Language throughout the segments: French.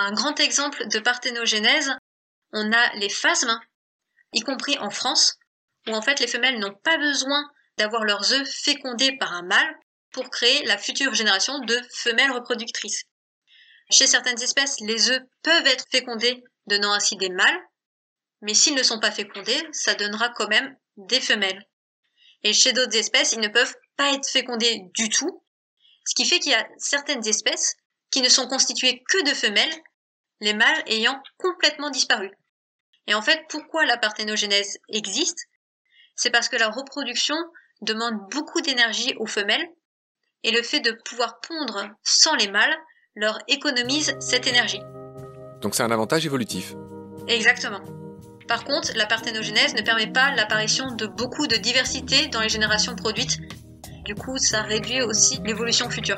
Un grand exemple de parthénogenèse, on a les phasmes, y compris en France, où en fait les femelles n'ont pas besoin d'avoir leurs œufs fécondés par un mâle pour créer la future génération de femelles reproductrices. Chez certaines espèces, les œufs peuvent être fécondés, donnant ainsi des mâles, mais s'ils ne sont pas fécondés, ça donnera quand même des femelles. Et chez d'autres espèces, ils ne peuvent pas être fécondés du tout, ce qui fait qu'il y a certaines espèces qui ne sont constituées que de femelles, les mâles ayant complètement disparu. Et en fait, pourquoi la parthénogenèse existe ? C'est parce que la reproduction demande beaucoup d'énergie aux femelles, et le fait de pouvoir pondre sans les mâles leur économise cette énergie. Donc c'est un avantage évolutif. Exactement. Par contre, la parthénogenèse ne permet pas l'apparition de beaucoup de diversité dans les générations produites. Du coup, ça réduit aussi l'évolution future.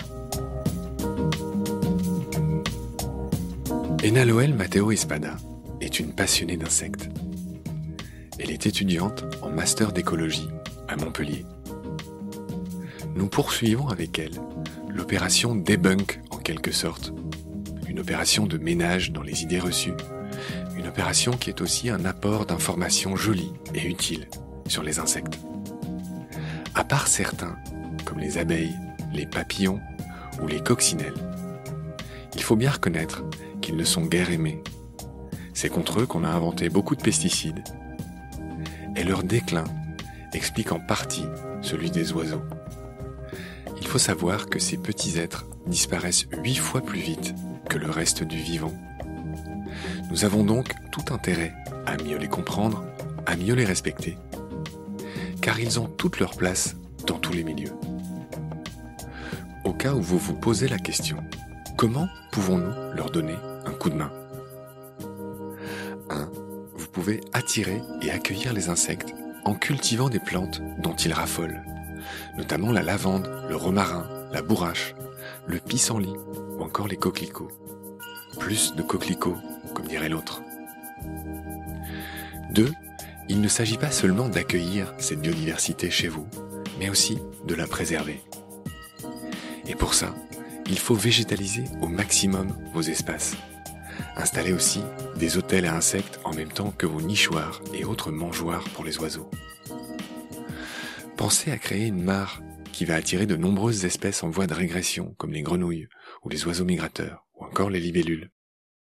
Enaloel Mateo Espada est une passionnée d'insectes. Elle est étudiante en master d'écologie à Montpellier. Nous poursuivons avec elle l'opération Debunk en quelque sorte, une opération de ménage dans les idées reçues, une opération qui est aussi un apport d'informations jolies et utiles sur les insectes. À part certains, comme les abeilles, les papillons ou les coccinelles, il faut bien reconnaître qu'ils ne sont guère aimés. C'est contre eux qu'on a inventé beaucoup de pesticides. Et leur déclin explique en partie celui des oiseaux. Il faut savoir que ces petits êtres disparaissent 8 fois plus vite que le reste du vivant. Nous avons donc tout intérêt à mieux les comprendre, à mieux les respecter, car ils ont toute leur place dans tous les milieux. Au cas où vous vous posez la question, comment pouvons-nous leur donner un coup de main ? 1. Vous pouvez attirer et accueillir les insectes en cultivant des plantes dont ils raffolent, notamment la lavande, le romarin, la bourrache, le pissenlit ou encore les coquelicots. Plus de coquelicots, comme dirait l'autre. 2. Il ne s'agit pas seulement d'accueillir cette biodiversité chez vous, mais aussi de la préserver. Et pour ça, il faut végétaliser au maximum vos espaces. Installez aussi des hôtels à insectes en même temps que vos nichoirs et autres mangeoires pour les oiseaux. Pensez à créer une mare qui va attirer de nombreuses espèces en voie de régression, comme les grenouilles ou les oiseaux migrateurs, ou encore les libellules.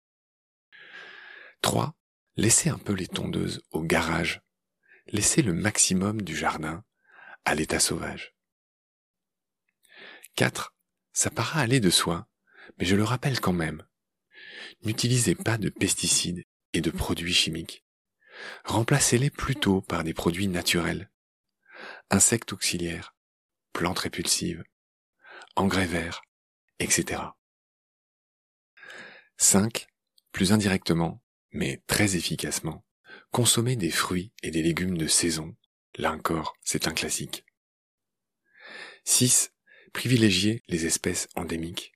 3. Laissez un peu les tondeuses au garage. Laissez le maximum du jardin à l'état sauvage. 4. Ça paraît aller de soi, mais je le rappelle quand même. N'utilisez pas de pesticides et de produits chimiques. Remplacez-les plutôt par des produits naturels. Insectes auxiliaires, plantes répulsives, engrais verts, etc. 5. Plus indirectement, mais très efficacement, consommez des fruits et des légumes de saison. Là encore, c'est un classique. 6. Privilégiez les espèces endémiques.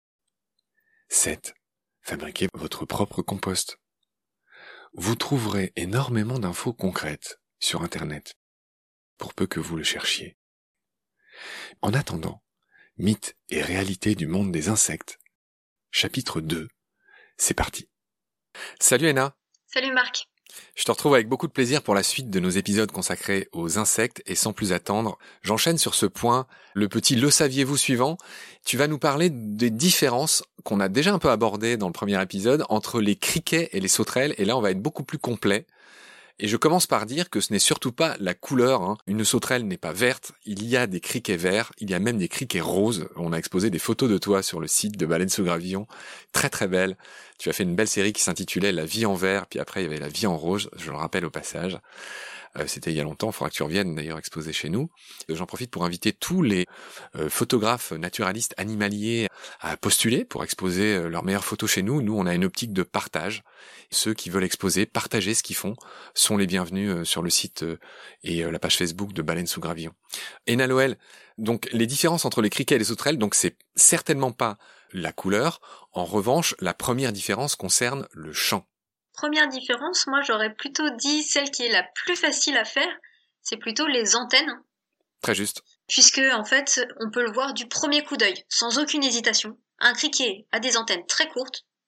7. Fabriquez votre propre compost. Vous trouverez énormément d'infos concrètes sur Internet, pour peu que vous le cherchiez. En attendant, mythes et réalités du monde des insectes, chapitre 2, c'est parti. Salut Anna. Salut Marc. Je te retrouve avec beaucoup de plaisir pour la suite de nos épisodes consacrés aux insectes et sans plus attendre, j'enchaîne sur ce point, le petit le saviez-vous suivant. Tu vas nous parler des différences qu'on a déjà un peu abordées dans le premier épisode entre les criquets et les sauterelles et là on va être beaucoup plus complet. Et je commence par dire que ce n'est surtout pas la couleur, Une sauterelle n'est pas verte, il y a des criquets verts, il y a même des criquets roses. On a exposé des photos de toi sur le site de Baleines sous Gravillon, très très belles. Tu as fait une belle série qui s'intitulait La vie en vert, puis après il y avait La vie en rose, je le rappelle au passage. C'était il y a longtemps, il faudra que tu reviennes d'ailleurs exposer chez nous. J'en profite pour inviter tous les photographes naturalistes animaliers à postuler pour exposer leurs meilleures photos chez nous. Nous, on a une optique de partage. Ceux qui veulent exposer, partager ce qu'ils font, sont les bienvenus sur le site et la page Facebook de Baleines sous Gravillon. Enaloel, donc les différences entre les criquets et les sauterelles, donc c'est certainement pas la couleur. En revanche, la première différence concerne le chant. Première différence, moi j'aurais plutôt dit celle qui est la plus facile à faire, c'est plutôt les antennes. Très juste. Puisque en fait, on peut le voir du premier coup d'œil, sans aucune hésitation. Un criquet a des antennes très courtes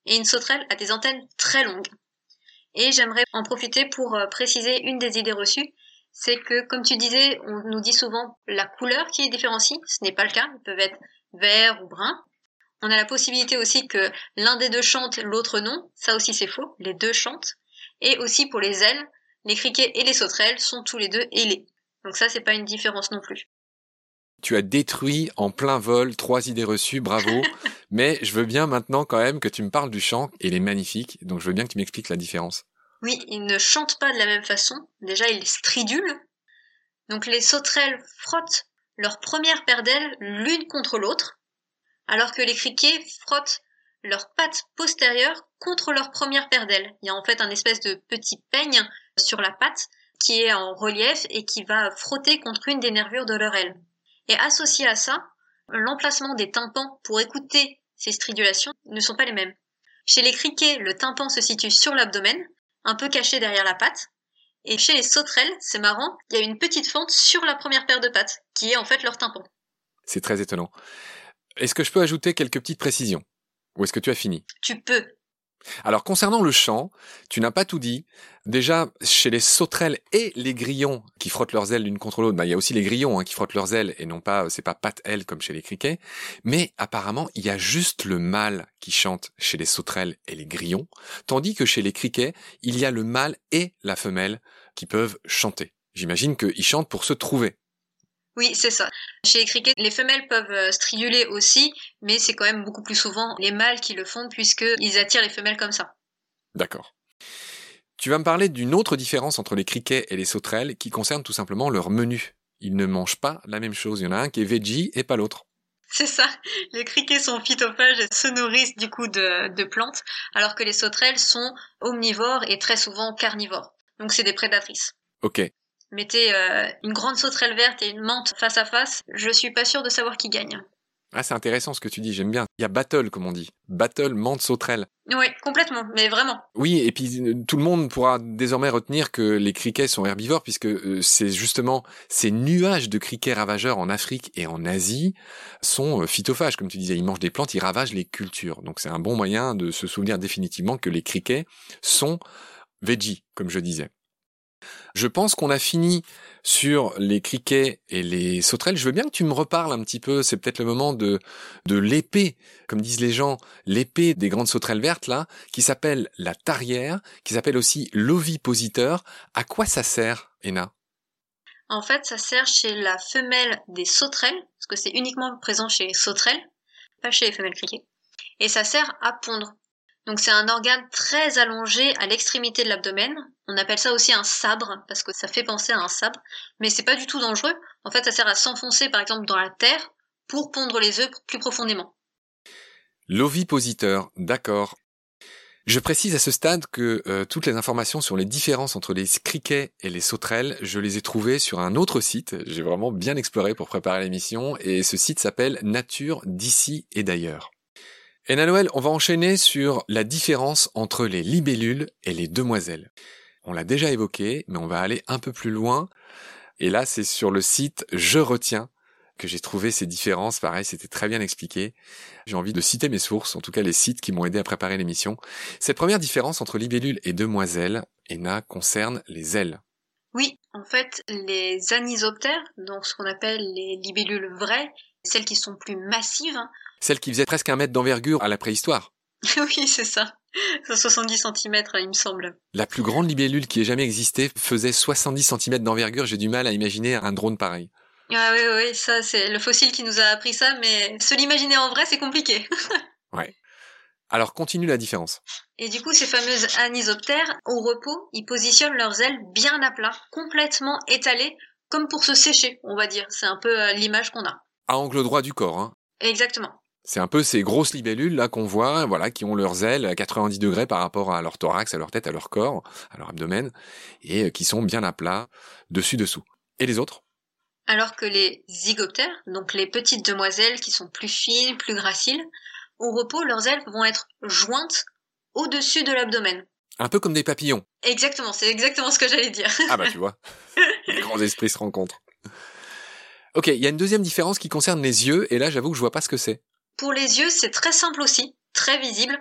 et une sauterelle a des antennes très longues. Et j'aimerais en profiter pour préciser une des idées reçues, c'est que, comme tu disais, on nous dit souvent la couleur qui les différencie. Ce n'est pas le cas, ils peuvent être verts ou bruns. On a la possibilité aussi que l'un des deux chante, l'autre non. Ça aussi c'est faux, les deux chantent. Et aussi pour les ailes, les criquets et les sauterelles sont tous les deux ailés. Donc ça, c'est pas une différence non plus. Tu as détruit en plein vol 3 idées reçues, bravo. Mais je veux bien maintenant quand même que tu me parles du chant. Il est magnifique, donc je veux bien que tu m'expliques la différence. Oui, ils ne chantent pas de la même façon. Déjà, ils stridulent. Donc les sauterelles frottent leur première paire d'ailes l'une contre l'autre, alors que les criquets frottent leurs pattes postérieures contre leur première paire d'ailes. Il y a en fait un espèce de petit peigne sur la patte qui est en relief et qui va frotter contre une des nervures de leur aile. Et associé à ça, l'emplacement des tympans pour écouter ces stridulations ne sont pas les mêmes. Chez les criquets, le tympan se situe sur l'abdomen, un peu caché derrière la patte. Et chez les sauterelles, c'est marrant, il y a une petite fente sur la première paire de pattes, qui est en fait leur tympan. C'est très étonnant. Est-ce que je peux ajouter quelques petites précisions ? Ou est-ce que tu as fini ? Tu peux. Alors, concernant le chant, tu n'as pas tout dit. Déjà, chez les sauterelles et les grillons qui frottent leurs ailes l'une contre l'autre, il y a aussi les grillons qui frottent leurs ailes et non pas, c'est pas pattes-ailes comme chez les criquets. Mais apparemment, il y a juste le mâle qui chante chez les sauterelles et les grillons, tandis que chez les criquets, il y a le mâle et la femelle qui peuvent chanter. J'imagine qu'ils chantent pour se trouver. Oui, c'est ça. Chez les criquets, les femelles peuvent striduler aussi, mais c'est quand même beaucoup plus souvent les mâles qui le font puisqu'ils attirent les femelles comme ça. D'accord. Tu vas me parler d'une autre différence entre les criquets et les sauterelles qui concerne tout simplement leur menu. Ils ne mangent pas la même chose. Il y en a un qui est veggie et pas l'autre. C'est ça. Les criquets sont phytophages et se nourrissent du coup de plantes, alors que les sauterelles sont omnivores et très souvent carnivores. Donc c'est des prédatrices. Ok. Mettez une grande sauterelle verte et une mante face à face, je suis pas sûre de savoir qui gagne. Ah, c'est intéressant ce que tu dis, j'aime bien. Il y a battle, comme on dit. Battle, menthe, sauterelle. Oui, complètement, mais vraiment. Oui, et puis tout le monde pourra désormais retenir que les criquets sont herbivores puisque c'est justement ces nuages de criquets ravageurs en Afrique et en Asie sont phytophages, comme tu disais. Ils mangent des plantes, ils ravagent les cultures. Donc c'est un bon moyen de se souvenir définitivement que les criquets sont veggie, comme je disais. Je pense qu'on a fini sur les criquets et les sauterelles. Je veux bien que tu me reparles un petit peu, c'est peut-être le moment de l'épée, comme disent les gens, l'épée des grandes sauterelles vertes, là, qui s'appelle la tarière, qui s'appelle aussi l'ovipositeur. À quoi ça sert, Ena ? En fait, ça sert chez la femelle des sauterelles, parce que c'est uniquement présent chez les sauterelles, pas chez les femelles criquets. Et ça sert à pondre. Donc c'est un organe très allongé à l'extrémité de l'abdomen. On appelle ça aussi un sabre, parce que ça fait penser à un sabre. Mais c'est pas du tout dangereux. En fait, ça sert à s'enfoncer, par exemple, dans la terre pour pondre les œufs plus profondément. L'ovipositeur, d'accord. Je précise à ce stade que toutes les informations sur les différences entre les criquets et les sauterelles, je les ai trouvées sur un autre site. J'ai vraiment bien exploré pour préparer l'émission. Et ce site s'appelle Nature d'ici et d'ailleurs. Ena Noël, on va enchaîner sur la différence entre les libellules et les demoiselles. On l'a déjà évoqué, mais on va aller un peu plus loin. Et là, c'est sur le site Je Retiens que j'ai trouvé ces différences. Pareil, c'était très bien expliqué. J'ai envie de citer mes sources, en tout cas les sites qui m'ont aidé à préparer l'émission. Cette première différence entre libellules et demoiselles, Ena, concerne les ailes. Oui, en fait, les anisoptères, donc ce qu'on appelle les libellules vraies, celles qui sont plus massives. Celles qui faisaient presque 1 mètre d'envergure à la préhistoire. Oui, c'est ça. 70 cm, il me semble. La plus grande libellule qui ait jamais existé faisait 70 cm d'envergure. J'ai du mal à imaginer un drone pareil. Ah oui, ça c'est le fossile qui nous a appris ça, mais se l'imaginer en vrai, c'est compliqué. Ouais. Alors continue la différence. Et du coup, ces fameuses anisoptères, au repos, ils positionnent leurs ailes bien à plat, complètement étalées, comme pour se sécher, on va dire. C'est un peu l'image qu'on a. À angle droit du corps, hein. Exactement. C'est un peu ces grosses libellules là qu'on voit, voilà, qui ont leurs ailes à 90 degrés par rapport à leur thorax, à leur tête, à leur corps, à leur abdomen, et qui sont bien à plat, dessus-dessous. Et les autres ? Alors que les zygoptères, donc les petites demoiselles qui sont plus fines, plus graciles, au repos, leurs ailes vont être jointes au-dessus de l'abdomen. Un peu comme des papillons. Exactement, c'est exactement ce que j'allais dire. Ah bah tu vois, les grands esprits se rencontrent. Ok, il y a une deuxième différence qui concerne les yeux, et là j'avoue que je vois pas ce que c'est. Pour les yeux, c'est très simple aussi, très visible.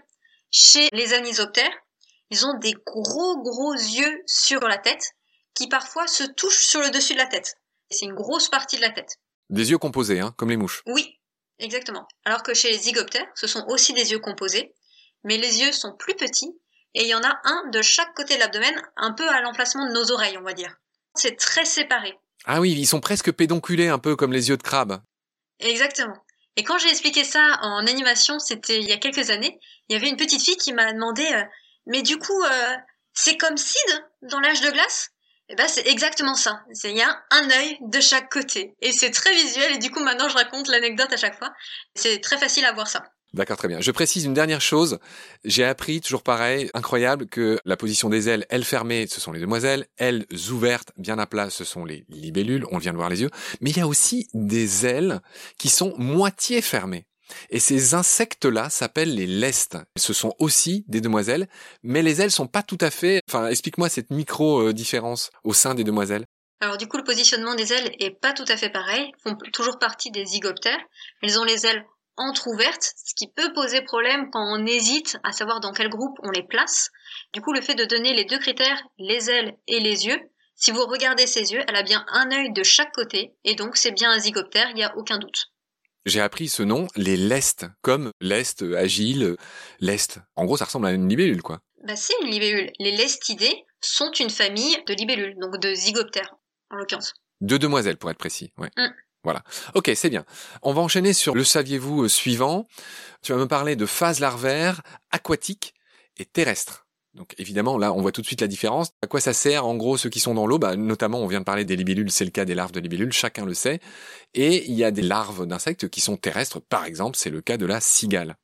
Chez les anisoptères, ils ont des gros yeux sur la tête qui parfois se touchent sur le dessus de la tête. C'est une grosse partie de la tête. Des yeux composés, hein, comme les mouches. Oui, exactement. Alors que chez les zygoptères, ce sont aussi des yeux composés, mais les yeux sont plus petits et il y en a un de chaque côté de l'abdomen, un peu à l'emplacement de nos oreilles, on va dire. C'est très séparé. Ah oui, ils sont presque pédonculés, un peu comme les yeux de crabe. Exactement. Et quand j'ai expliqué ça en animation, c'était il y a quelques années, il y avait une petite fille qui m'a demandé mais du coup, c'est comme Sid dans l'âge de glace? Eh ben, c'est exactement ça. Il y a un œil de chaque côté. Et c'est très visuel, et du coup, maintenant, je raconte l'anecdote à chaque fois. C'est très facile à voir ça. D'accord, très bien. Je précise une dernière chose. J'ai appris, toujours pareil, incroyable, que la position des ailes fermées, ce sont les demoiselles, ailes ouvertes, bien à plat, ce sont les libellules, on vient de voir les yeux. Mais il y a aussi des ailes qui sont moitié fermées. Et ces insectes-là s'appellent les lestes. Ce sont aussi des demoiselles, mais les ailes sont pas tout à fait... Enfin, explique-moi cette micro-différence au sein des demoiselles. Alors du coup, le positionnement des ailes est pas tout à fait pareil. Ils font toujours partie des zygoptères. Elles ont les ailes entrouvertes, ce qui peut poser problème quand on hésite à savoir dans quel groupe on les place. Du coup, le fait de donner les deux critères, les ailes et les yeux, si vous regardez ses yeux, elle a bien un œil de chaque côté, et donc c'est bien un zygoptère, il n'y a aucun doute. J'ai appris ce nom, les lestes, comme lest, agile, lest. En gros, ça ressemble à une libellule, quoi. Bah, c'est une libellule. Les lestidés sont une famille de libellules, donc de zygoptères, en l'occurrence. De demoiselles, pour être précis, ouais. Voilà. Ok, c'est bien. On va enchaîner sur le saviez-vous suivant. Tu vas me parler de phases larvaires, aquatiques et terrestres. Donc évidemment, là, on voit tout de suite la différence. À quoi ça sert, en gros, ceux qui sont dans l'eau? Notamment, on vient de parler des libellules, c'est le cas des larves de libellules, chacun le sait. Et il y a des larves d'insectes qui sont terrestres, par exemple, c'est le cas de la cigale.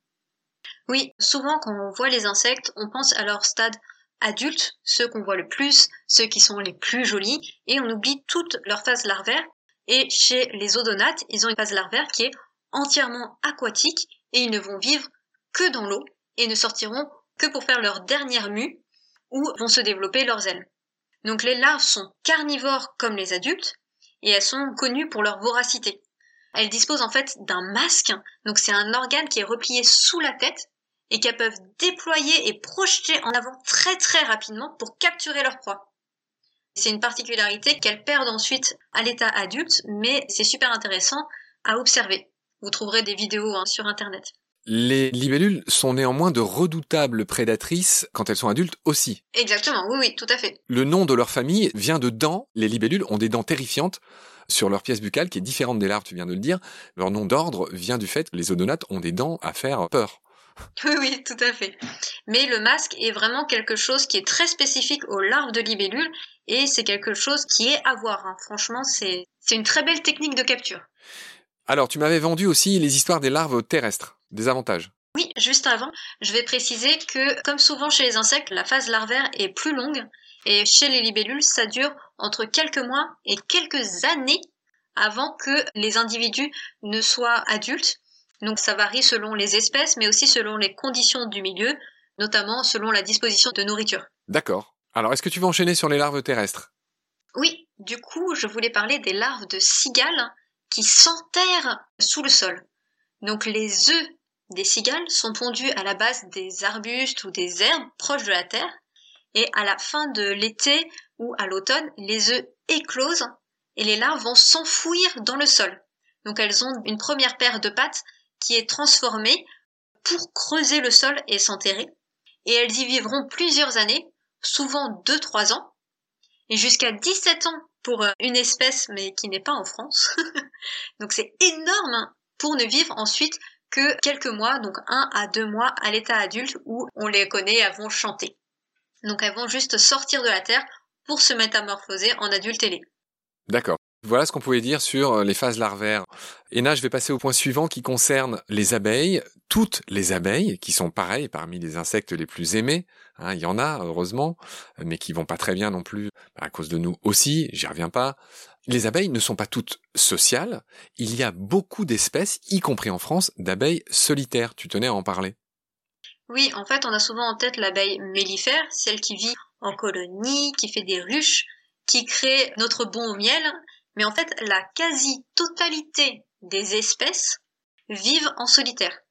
Oui, souvent quand on voit les insectes, on pense à leur stade adulte, ceux qu'on voit le plus, ceux qui sont les plus jolis, et on oublie toute leur phase larvaire. Et chez les odonates, ils ont une phase larvaire qui est entièrement aquatique, et ils ne vont vivre que dans l'eau, et ne sortiront que pour faire leur dernière mue, où vont se développer leurs ailes. Donc les larves sont carnivores comme les adultes, et elles sont connues pour leur voracité. Elles disposent en fait d'un masque, donc c'est un organe qui est replié sous la tête, et qu'elles peuvent déployer et projeter en avant très rapidement pour capturer leur proie. C'est une particularité qu'elles perdent ensuite à l'état adulte, mais c'est super intéressant à observer. Vous trouverez des vidéos sur internet. Les libellules sont néanmoins de redoutables prédatrices quand elles sont adultes aussi. Exactement, oui, tout à fait. Le nom de leur famille vient de dents. Les libellules ont des dents terrifiantes sur leur pièce buccale qui est différente des larves, tu viens de le dire. Leur nom d'ordre vient du fait que les odonates ont des dents à faire peur. Oui, tout à fait. Mais le masque est vraiment quelque chose qui est très spécifique aux larves de libellules et c'est quelque chose qui est à voir. Franchement, c'est une très belle technique de capture. Alors, tu m'avais vendu aussi les histoires des larves terrestres, des avantages. Oui, juste avant, je vais préciser que, comme souvent chez les insectes, la phase larvaire est plus longue et chez les libellules, ça dure entre quelques mois et quelques années avant que les individus ne soient adultes. Donc ça varie selon les espèces, mais aussi selon les conditions du milieu, notamment selon la disposition de nourriture. D'accord. Alors, est-ce que tu vas enchaîner sur les larves terrestres? Oui, du coup, je voulais parler des larves de cigales qui s'enterrent sous le sol. Donc les œufs des cigales sont pondus à la base des arbustes ou des herbes proches de la terre, et à la fin de l'été ou à l'automne, les œufs éclosent et les larves vont s'enfouir dans le sol. Donc elles ont une première paire de pattes qui est transformée pour creuser le sol et s'enterrer, et elles y vivront plusieurs années, souvent 2-3 ans, et jusqu'à 17 ans pour une espèce mais qui n'est pas en France. Donc c'est énorme pour ne vivre ensuite que quelques mois, donc 1 à 2 mois à l'état adulte où on les connaît, elles vont chanter. Donc elles vont juste sortir de la terre pour se métamorphoser en adulte ailé. D'accord. Voilà ce qu'on pouvait dire sur les phases larvaires. Ena, je vais passer au point suivant qui concerne les abeilles. Toutes les abeilles, qui sont pareilles parmi les insectes les plus aimés, il y en a, heureusement, mais qui vont pas très bien non plus, à cause de nous aussi, j'y reviens pas. Les abeilles ne sont pas toutes sociales. Il y a beaucoup d'espèces, y compris en France, d'abeilles solitaires. Tu tenais à en parler. Oui, en fait, on a souvent en tête l'abeille mellifère, celle qui vit en colonie, qui fait des ruches, qui crée notre bon au miel. Mais en fait, la quasi-totalité des espèces vivent en solitaire.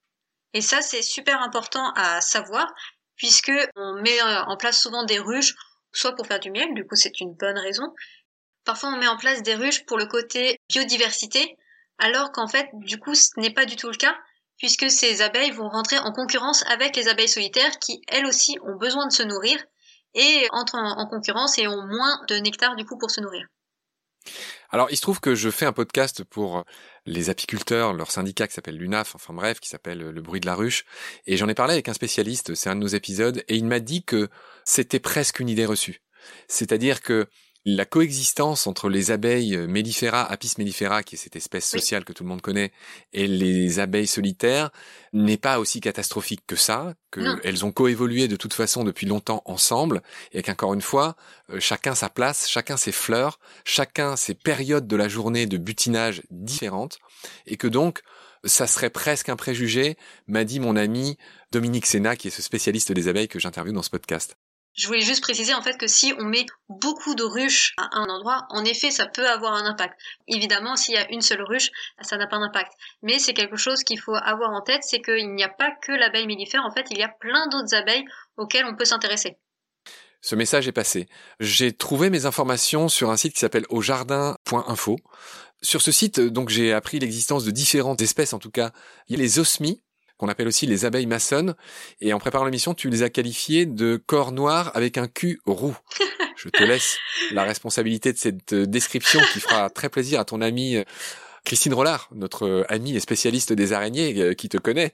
Et ça, c'est super important à savoir, puisque on met en place souvent des ruches, soit pour faire du miel, du coup c'est une bonne raison. Parfois on met en place des ruches pour le côté biodiversité, alors qu'en fait, du coup, ce n'est pas du tout le cas, puisque ces abeilles vont rentrer en concurrence avec les abeilles solitaires qui, elles aussi, ont besoin de se nourrir et entrent en concurrence et ont moins de nectar, du coup, pour se nourrir. Alors, il se trouve que je fais un podcast pour les apiculteurs, leur syndicat qui s'appelle l'UNAF, enfin bref, qui s'appelle Le bruit de la ruche. Et j'en ai parlé avec un spécialiste, c'est un de nos épisodes, et il m'a dit que c'était presque une idée reçue. C'est-à-dire que la coexistence entre les abeilles mellifera, Apis mellifera, qui est cette espèce sociale que tout le monde connaît, et les abeilles solitaires, n'est pas aussi catastrophique que ça, qu'elles ont coévolué de toute façon depuis longtemps ensemble, et qu'encore une fois, chacun sa place, chacun ses fleurs, chacun ses périodes de la journée de butinage différentes, et que donc, ça serait presque un préjugé, m'a dit mon ami Dominique Sénat, qui est ce spécialiste des abeilles que j'interviewe dans ce podcast. Je voulais juste préciser en fait que si on met beaucoup de ruches à un endroit, en effet, ça peut avoir un impact. Évidemment, s'il y a une seule ruche, ça n'a pas d'impact. Mais c'est quelque chose qu'il faut avoir en tête, c'est qu'il n'y a pas que l'abeille mellifère, en fait, il y a plein d'autres abeilles auxquelles on peut s'intéresser. Ce message est passé. J'ai trouvé mes informations sur un site qui s'appelle aujardin.info. Sur ce site, donc, j'ai appris l'existence de différentes espèces, en tout cas. Il y a les osmies, qu'on appelle aussi les abeilles maçonnes, et en préparant l'émission, tu les as qualifiées de corps noir avec un cul roux. Je te laisse la responsabilité de cette description qui fera très plaisir à ton amie Christine Rollard, notre amie et spécialiste des araignées qui te connaît.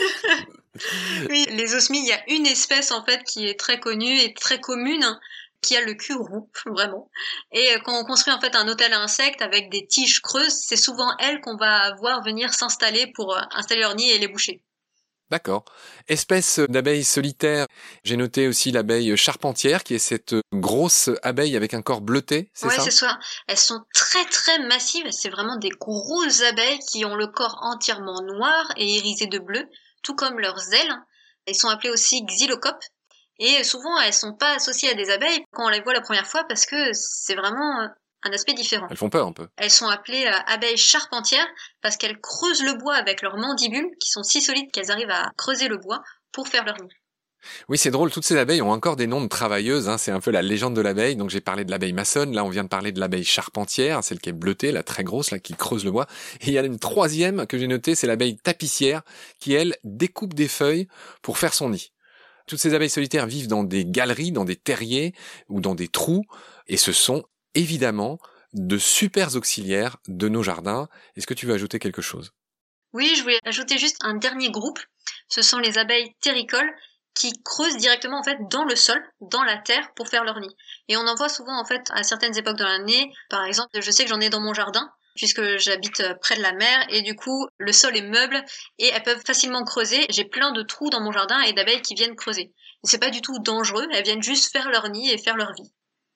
Oui, les osmies, il y a une espèce en fait qui est très connue et très commune, qui a le cul roux, vraiment. Et quand on construit en fait un hôtel à insectes avec des tiges creuses, c'est souvent elles qu'on va voir venir s'installer pour installer leur nid et les boucher. D'accord. Espèce d'abeille solitaire, j'ai noté aussi l'abeille charpentière, qui est cette grosse abeille avec un corps bleuté, c'est ça ? Ouais, c'est ça. Elles sont très très massives, c'est vraiment des grosses abeilles qui ont le corps entièrement noir et irisé de bleu, tout comme leurs ailes. Elles sont appelées aussi xylocopes. Et souvent, elles sont pas associées à des abeilles quand on les voit la première fois parce que c'est vraiment un aspect différent. Elles font peur un peu. Elles sont appelées abeilles charpentières parce qu'elles creusent le bois avec leurs mandibules qui sont si solides qu'elles arrivent à creuser le bois pour faire leur nid. Oui, c'est drôle, toutes ces abeilles ont encore des noms de travailleuses, hein, c'est un peu la légende de l'abeille. Donc j'ai parlé de l'abeille maçonne, là on vient de parler de l'abeille charpentière, celle qui est bleutée, la très grosse, là qui creuse le bois. Et il y a une troisième que j'ai notée, c'est l'abeille tapissière qui, elle, découpe des feuilles pour faire son nid. Toutes ces abeilles solitaires vivent dans des galeries, dans des terriers ou dans des trous, et ce sont évidemment de super auxiliaires de nos jardins. Est-ce que tu veux ajouter quelque chose ? Oui, je voulais ajouter juste un dernier groupe. Ce sont les abeilles terricoles qui creusent directement en fait dans le sol, dans la terre pour faire leur nid. Et on en voit souvent en fait à certaines époques de l'année. Par exemple, je sais que j'en ai dans mon jardin puisque j'habite près de la mer et du coup le sol est meuble et elles peuvent facilement creuser. J'ai plein de trous dans mon jardin et d'abeilles qui viennent creuser. Et c'est pas du tout dangereux, elles viennent juste faire leur nid et faire leur vie.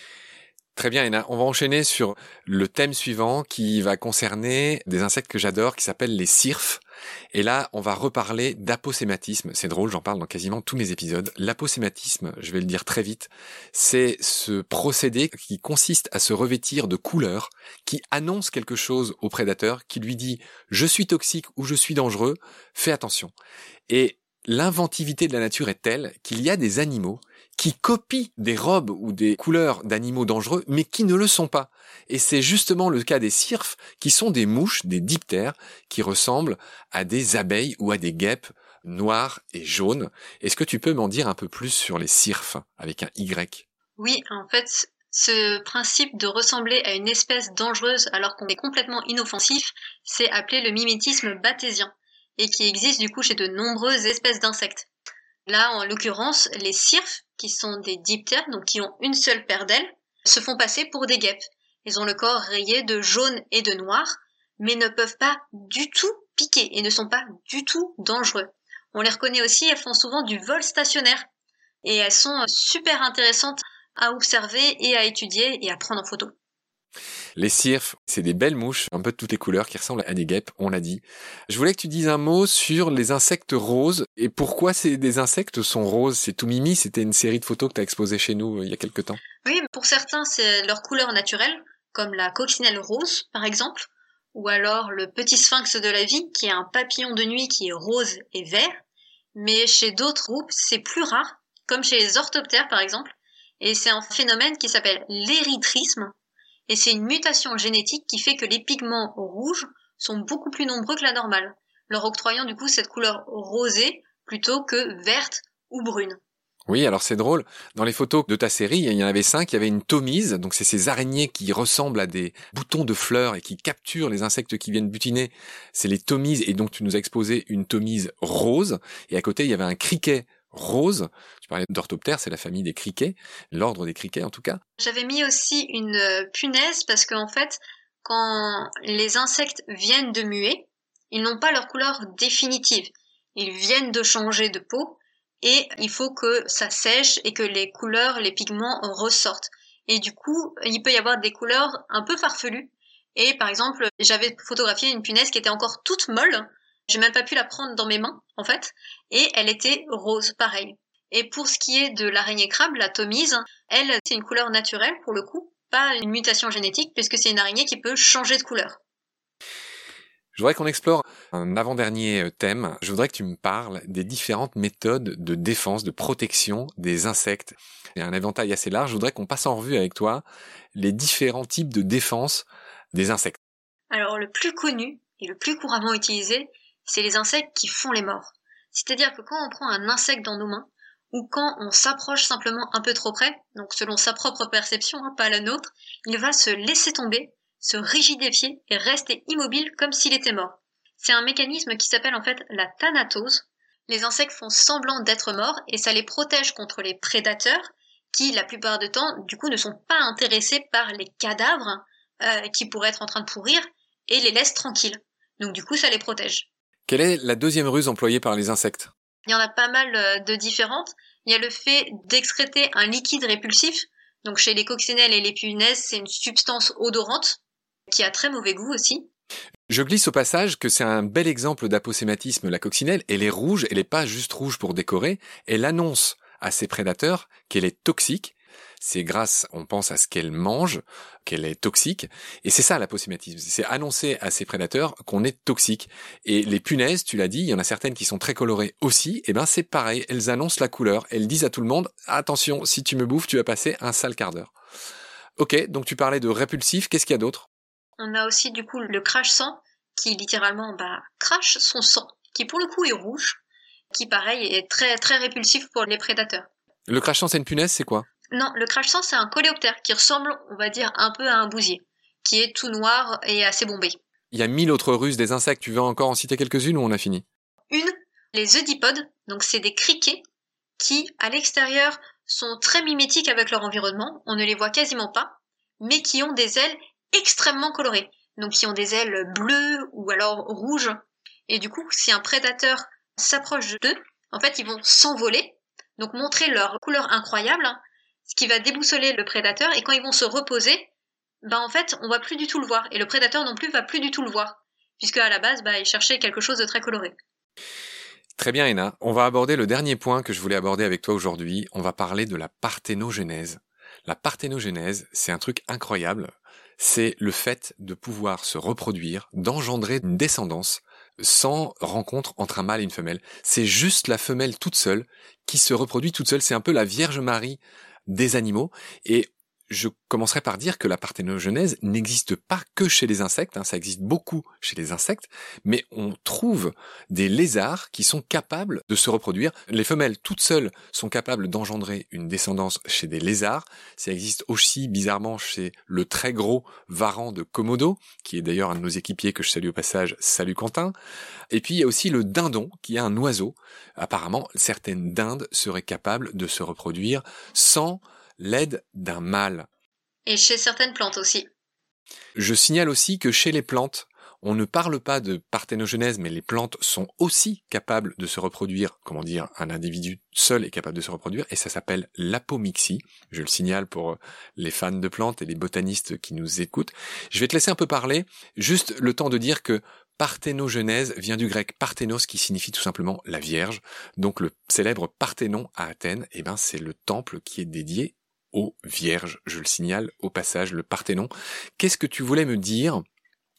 Très bien, Anna. On va enchaîner sur le thème suivant qui va concerner des insectes que j'adore, qui s'appellent les cirfes. Et là, on va reparler d'aposématisme. C'est drôle, j'en parle dans quasiment tous mes épisodes. L'aposématisme, je vais le dire très vite, c'est ce procédé qui consiste à se revêtir de couleurs, qui annonce quelque chose au prédateur, qui lui dit « je suis toxique » ou « je suis dangereux, fais attention ». Et l'inventivité de la nature est telle qu'il y a des animaux qui copient des robes ou des couleurs d'animaux dangereux, mais qui ne le sont pas. Et c'est justement le cas des cirfes, qui sont des mouches, des diptères, qui ressemblent à des abeilles ou à des guêpes noires et jaunes. Est-ce que tu peux m'en dire un peu plus sur les cirfes, avec un Y ? Oui, en fait, ce principe de ressembler à une espèce dangereuse alors qu'on est complètement inoffensif, c'est appelé le mimétisme bathésien, et qui existe du coup chez de nombreuses espèces d'insectes. Là, en l'occurrence, les cirfes, qui sont des diptères, donc qui ont une seule paire d'ailes, se font passer pour des guêpes. Ils ont le corps rayé de jaune et de noir, mais ne peuvent pas du tout piquer et ne sont pas du tout dangereux. On les reconnaît aussi, elles font souvent du vol stationnaire. Et elles sont super intéressantes à observer et à étudier et à prendre en photo. Les cirfes, c'est des belles mouches, un peu de toutes les couleurs, qui ressemblent à des guêpes, on l'a dit. Je voulais que tu dises un mot sur les insectes roses, et pourquoi des insectes sont roses. C'est tout mimi, c'était une série de photos que tu as exposées chez nous il y a quelques temps. Oui, pour certains, c'est leur couleur naturelle, comme la coccinelle rose, par exemple. ou alors le petit sphinx de la vie, qui est un papillon de nuit qui est rose et vert. Mais chez d'autres groupes, c'est plus rare, comme chez les orthoptères par exemple. Et c'est un phénomène qui s'appelle l'érythrisme. Et c'est une mutation génétique qui fait que les pigments rouges sont beaucoup plus nombreux que la normale, leur octroyant du coup cette couleur rosée plutôt que verte ou brune. Oui, alors c'est drôle. Dans les photos de ta série, il y en avait 5, il y avait une tomise, donc c'est ces araignées qui ressemblent à des boutons de fleurs et qui capturent les insectes qui viennent butiner. C'est les tomises, et donc tu nous as exposé une tomise rose, et à côté il y avait un criquet rose. Tu parlais d'orthoptère, c'est la famille des criquets, l'ordre des criquets en tout cas. J'avais mis aussi une punaise parce qu'en fait, quand les insectes viennent de muer, ils n'ont pas leur couleur définitive. Ils viennent de changer de peau et il faut que ça sèche et que les couleurs, les pigments ressortent. Et du coup, il peut y avoir des couleurs un peu farfelues. Et par exemple, j'avais photographié une punaise qui était encore toute molle. J'ai même pas pu la prendre dans mes mains, en fait. Et elle était rose, pareil. Et pour ce qui est de l'araignée crabe, la tomise, elle, c'est une couleur naturelle pour le coup, pas une mutation génétique, puisque c'est une araignée qui peut changer de couleur. Je voudrais qu'on explore un avant-dernier thème. Je voudrais que tu me parles des différentes méthodes de défense, de protection des insectes. Il y a un éventail assez large. Je voudrais qu'on passe en revue avec toi les différents types de défense des insectes. Alors le plus connu et le plus couramment utilisé, c'est les insectes qui font les morts. C'est-à-dire que quand on prend un insecte dans nos mains, ou quand on s'approche simplement un peu trop près, donc selon sa propre perception, pas la nôtre, il va se laisser tomber, se rigidifier et rester immobile comme s'il était mort. C'est un mécanisme qui s'appelle en fait la thanatose. Les insectes font semblant d'être morts et ça les protège contre les prédateurs qui, la plupart du temps, du coup, ne sont pas intéressés par les cadavres qui pourraient être en train de pourrir et les laissent tranquilles. Donc du coup, ça les protège. Quelle est la deuxième ruse employée par les insectes ? Il y en a pas mal de différentes. Il y a le fait d'excréter un liquide répulsif. Donc chez les coccinelles et les punaises, c'est une substance odorante qui a très mauvais goût aussi. Je glisse au passage que c'est un bel exemple d'aposématisme, la coccinelle. Elle est rouge, elle n'est pas juste rouge pour décorer. Elle annonce à ses prédateurs qu'elle est toxique. C'est grâce, on pense, à ce qu'elle mange, qu'elle est toxique. Et c'est ça l'aposématisme. C'est annoncer à ses prédateurs qu'on est toxique. Et les punaises, tu l'as dit, il y en a certaines qui sont très colorées aussi. Et ben c'est pareil, elles annoncent la couleur. Elles disent à tout le monde, attention, si tu me bouffes, tu vas passer un sale quart d'heure. Ok, donc tu parlais de répulsif, qu'est-ce qu'il y a d'autre ? On a aussi du coup le crache-sang qui littéralement crache son sang, qui pour le coup est rouge, qui pareil est très très répulsif pour les prédateurs. Le crache-sang, c'est une punaise, c'est quoi ? Non, le crache-sang c'est un coléoptère qui ressemble, on va dire, un peu à un bousier, qui est tout noir et assez bombé. Il y a 1000 autres ruses des insectes, tu veux encore en citer quelques-unes ou on a fini ? Une, les eudipodes, donc c'est des criquets qui, à l'extérieur, sont très mimétiques avec leur environnement, on ne les voit quasiment pas, mais qui ont des ailes extrêmement colorées, donc qui ont des ailes bleues ou alors rouges. Et du coup, si un prédateur s'approche d'eux, en fait, ils vont s'envoler, donc montrer leur couleur incroyable, ce qui va déboussoler le prédateur, et quand ils vont se reposer, en fait, on va plus du tout le voir, et le prédateur non plus va plus du tout le voir, puisque à la base, il cherchait quelque chose de très coloré. Très bien, Héna. On va aborder le dernier point que je voulais aborder avec toi aujourd'hui. On va parler de la parthénogenèse. La parthénogenèse, c'est un truc incroyable. C'est le fait de pouvoir se reproduire, d'engendrer une descendance sans rencontre entre un mâle et une femelle. C'est juste la femelle toute seule qui se reproduit toute seule. C'est un peu la Vierge Marie des animaux. Et je commencerai par dire que la parthénogenèse n'existe pas que chez les insectes, ça existe beaucoup chez les insectes, mais on trouve des lézards qui sont capables de se reproduire. Les femelles toutes seules sont capables d'engendrer une descendance chez des lézards. Ça existe aussi bizarrement chez le très gros varan de Komodo, qui est d'ailleurs un de nos équipiers que je salue au passage, salut Quentin. Et puis il y a aussi le dindon, qui est un oiseau. Apparemment, certaines dindes seraient capables de se reproduire sans l'aide d'un mâle. Et chez certaines plantes aussi. Je signale aussi que chez les plantes, on ne parle pas de parthénogenèse, mais les plantes sont aussi capables de se reproduire. Comment dire, un individu seul est capable de se reproduire, et ça s'appelle l'apomixie. Je le signale pour les fans de plantes et les botanistes qui nous écoutent. Je vais te laisser un peu parler, juste le temps de dire que parthénogenèse vient du grec parthénos, qui signifie tout simplement la Vierge. Donc le célèbre Parthénon à Athènes, c'est le temple qui est dédié aux vierges, je le signale au passage, le Parthénon. Qu'est-ce que tu voulais me dire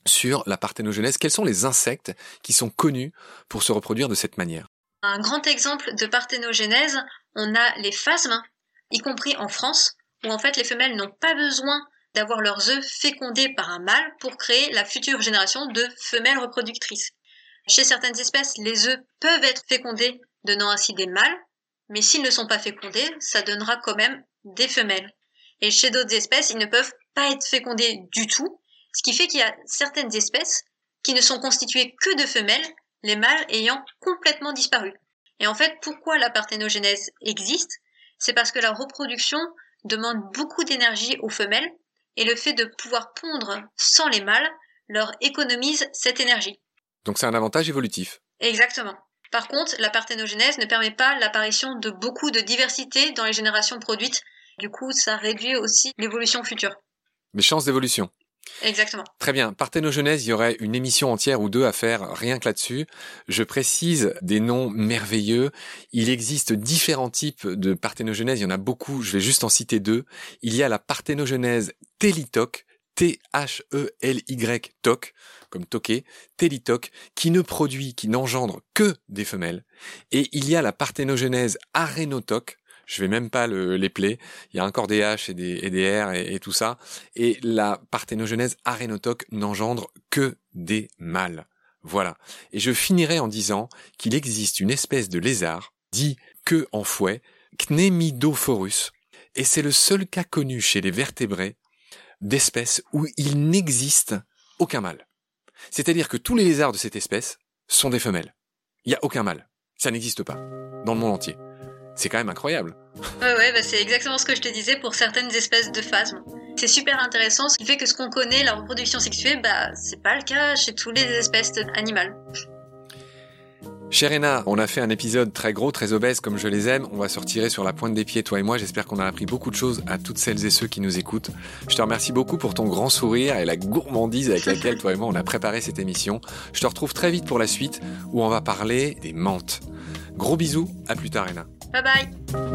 sur la parthénogenèse. Quels sont les insectes qui sont connus pour se reproduire de cette manière? Un grand exemple de parthénogenèse, on a les phasmes, y compris en France, où en fait les femelles n'ont pas besoin d'avoir leurs œufs fécondés par un mâle pour créer la future génération de femelles reproductrices. Chez certaines espèces, les œufs peuvent être fécondés, donnant ainsi des mâles, mais s'ils ne sont pas fécondés, ça donnera quand même des femelles. Et chez d'autres espèces, ils ne peuvent pas être fécondés du tout, ce qui fait qu'il y a certaines espèces qui ne sont constituées que de femelles, les mâles ayant complètement disparu. Et en fait, pourquoi la parthénogenèse existe? C'est parce que la reproduction demande beaucoup d'énergie aux femelles, et le fait de pouvoir pondre sans les mâles leur économise cette énergie. Donc c'est un avantage évolutif. Exactement. Par contre, la parthénogenèse ne permet pas l'apparition de beaucoup de diversité dans les générations produites. Du coup, ça réduit aussi l'évolution future. Les chances d'évolution. Exactement. Très bien. Parthénogenèse, il y aurait une émission entière ou deux à faire rien que là-dessus. Je précise des noms merveilleux. Il existe différents types de parthénogenèse. Il y en a beaucoup. Je vais juste en citer deux. Il y a la parthénogenèse thélytoque, T-H-E-L-Y toc, comme toqué, thélytoque, qui n'engendre que des femelles. Et il y a la parthénogenèse arénotoque. Je vais même pas les player. Il y a encore des H et des R et tout ça. Et la parthénogenèse arénotoque n'engendre que des mâles. Voilà. Et je finirai en disant qu'il existe une espèce de lézard, dit queue en fouet, Cnemidophorus. Et c'est le seul cas connu chez les vertébrés d'espèces où il n'existe aucun mâle. C'est-à-dire que tous les lézards de cette espèce sont des femelles. Il n'y a aucun mâle. Ça n'existe pas. Dans le monde entier. C'est quand même incroyable. Ouais, c'est exactement ce que je te disais pour certaines espèces de phasmes. C'est super intéressant, ce qui fait que ce qu'on connaît, la reproduction sexuée, c'est pas le cas chez toutes les espèces animales. Chère Héna, on a fait un épisode très gros, très obèse comme je les aime. On va se retirer sur la pointe des pieds, toi et moi. J'espère qu'on a appris beaucoup de choses à toutes celles et ceux qui nous écoutent. Je te remercie beaucoup pour ton grand sourire et la gourmandise avec laquelle toi et moi on a préparé cette émission. Je te retrouve très vite pour la suite où on va parler des menthes. Gros bisous, à plus tard Héna. Bye bye.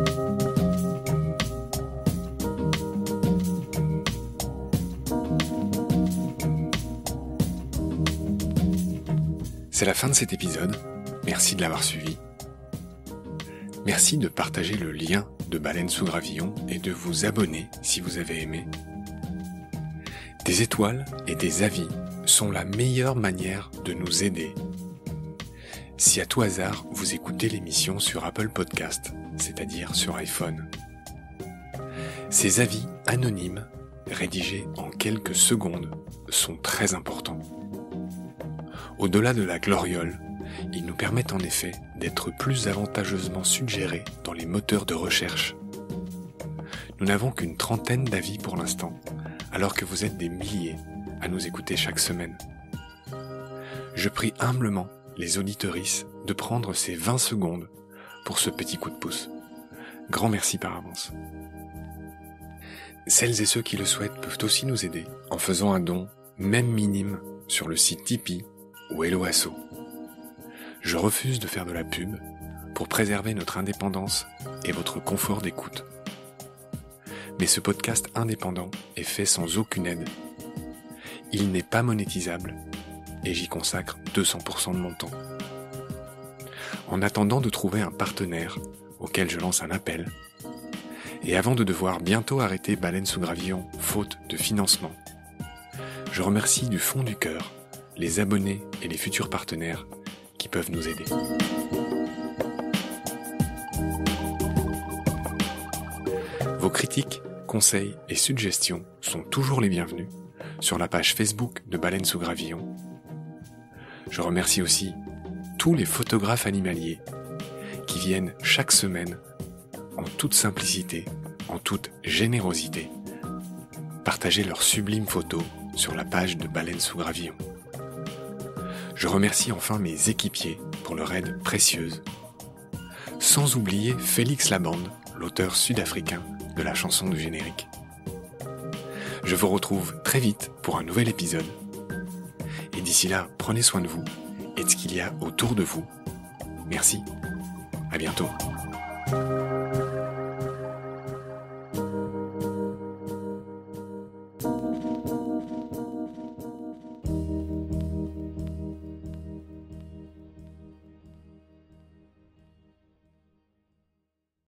C'est la fin de cet épisode. Merci de l'avoir suivi. Merci de partager le lien de Baleine sous Gravillon et de vous abonner si vous avez aimé. Des étoiles et des avis sont la meilleure manière de nous aider. Si à tout hasard vous écoutez l'émission sur Apple Podcast, c'est-à-dire sur iPhone, ces avis anonymes, rédigés en quelques secondes, sont très importants. Au-delà de la gloriole, ils nous permettent en effet d'être plus avantageusement suggérés dans les moteurs de recherche. Nous n'avons qu'une trentaine d'avis pour l'instant, alors que vous êtes des milliers à nous écouter chaque semaine. Je prie humblement les auditorices de prendre ces 20 secondes pour ce petit coup de pouce. Grand merci par avance. Celles et ceux qui le souhaitent peuvent aussi nous aider en faisant un don, même minime, sur le site Tipeee ou Helloasso. Je refuse de faire de la pub pour préserver notre indépendance et votre confort d'écoute. Mais ce podcast indépendant est fait sans aucune aide. Il n'est pas monétisable et j'y consacre 200% de mon temps. En attendant de trouver un partenaire auquel je lance un appel, et avant de devoir bientôt arrêter Baleine sous Gravillon faute de financement, je remercie du fond du cœur les abonnés et les futurs partenaires qui peuvent nous aider. Vos critiques, conseils et suggestions sont toujours les bienvenus sur la page Facebook de Baleine sous Gravillon. Je remercie aussi tous les photographes animaliers qui viennent chaque semaine, en toute simplicité, en toute générosité, partager leurs sublimes photos sur la page de Baleine sous Gravillon. Je remercie enfin mes équipiers pour leur aide précieuse. Sans oublier Félix Labande, l'auteur sud-africain de la chanson du générique. Je vous retrouve très vite pour un nouvel épisode. Et d'ici là, prenez soin de vous et de ce qu'il y a autour de vous. Merci. À bientôt.